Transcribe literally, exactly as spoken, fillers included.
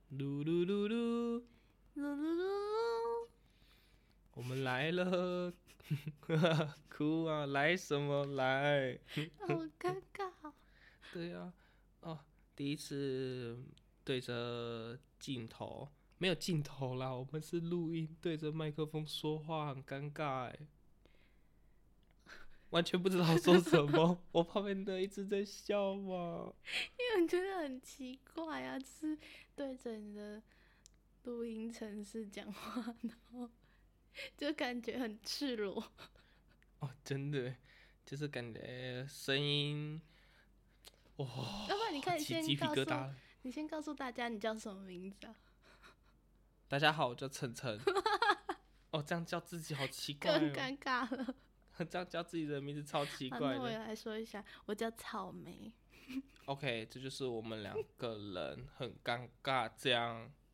噜噜噜噜， 噜噜噜噜， 我们来了，哭啊，来什么来？ 好尴尬。 对啊，哦，第一次对着镜头，没有镜头啦，我们是录音，对着麦克风说话，很尴尬哎，完全不知道说什么。我旁边的一直在笑嘛。 因为我觉得很奇怪啊，就是对着你的录音程式讲话，然后就感觉很赤裸。 哦，真的，就是感觉声音，哇、 要不然你可以起鸡皮先告诉疙瘩了。 你先告诉大家你叫什么名字啊？ 大家好，我叫晨晨。哦，这样叫自己好奇怪哦， 更尴尬了。 这样叫自己的名字超奇好， 怪的。 那我也来说一下，我叫草莓。 OK，这就是我们两个人很尴尬这样。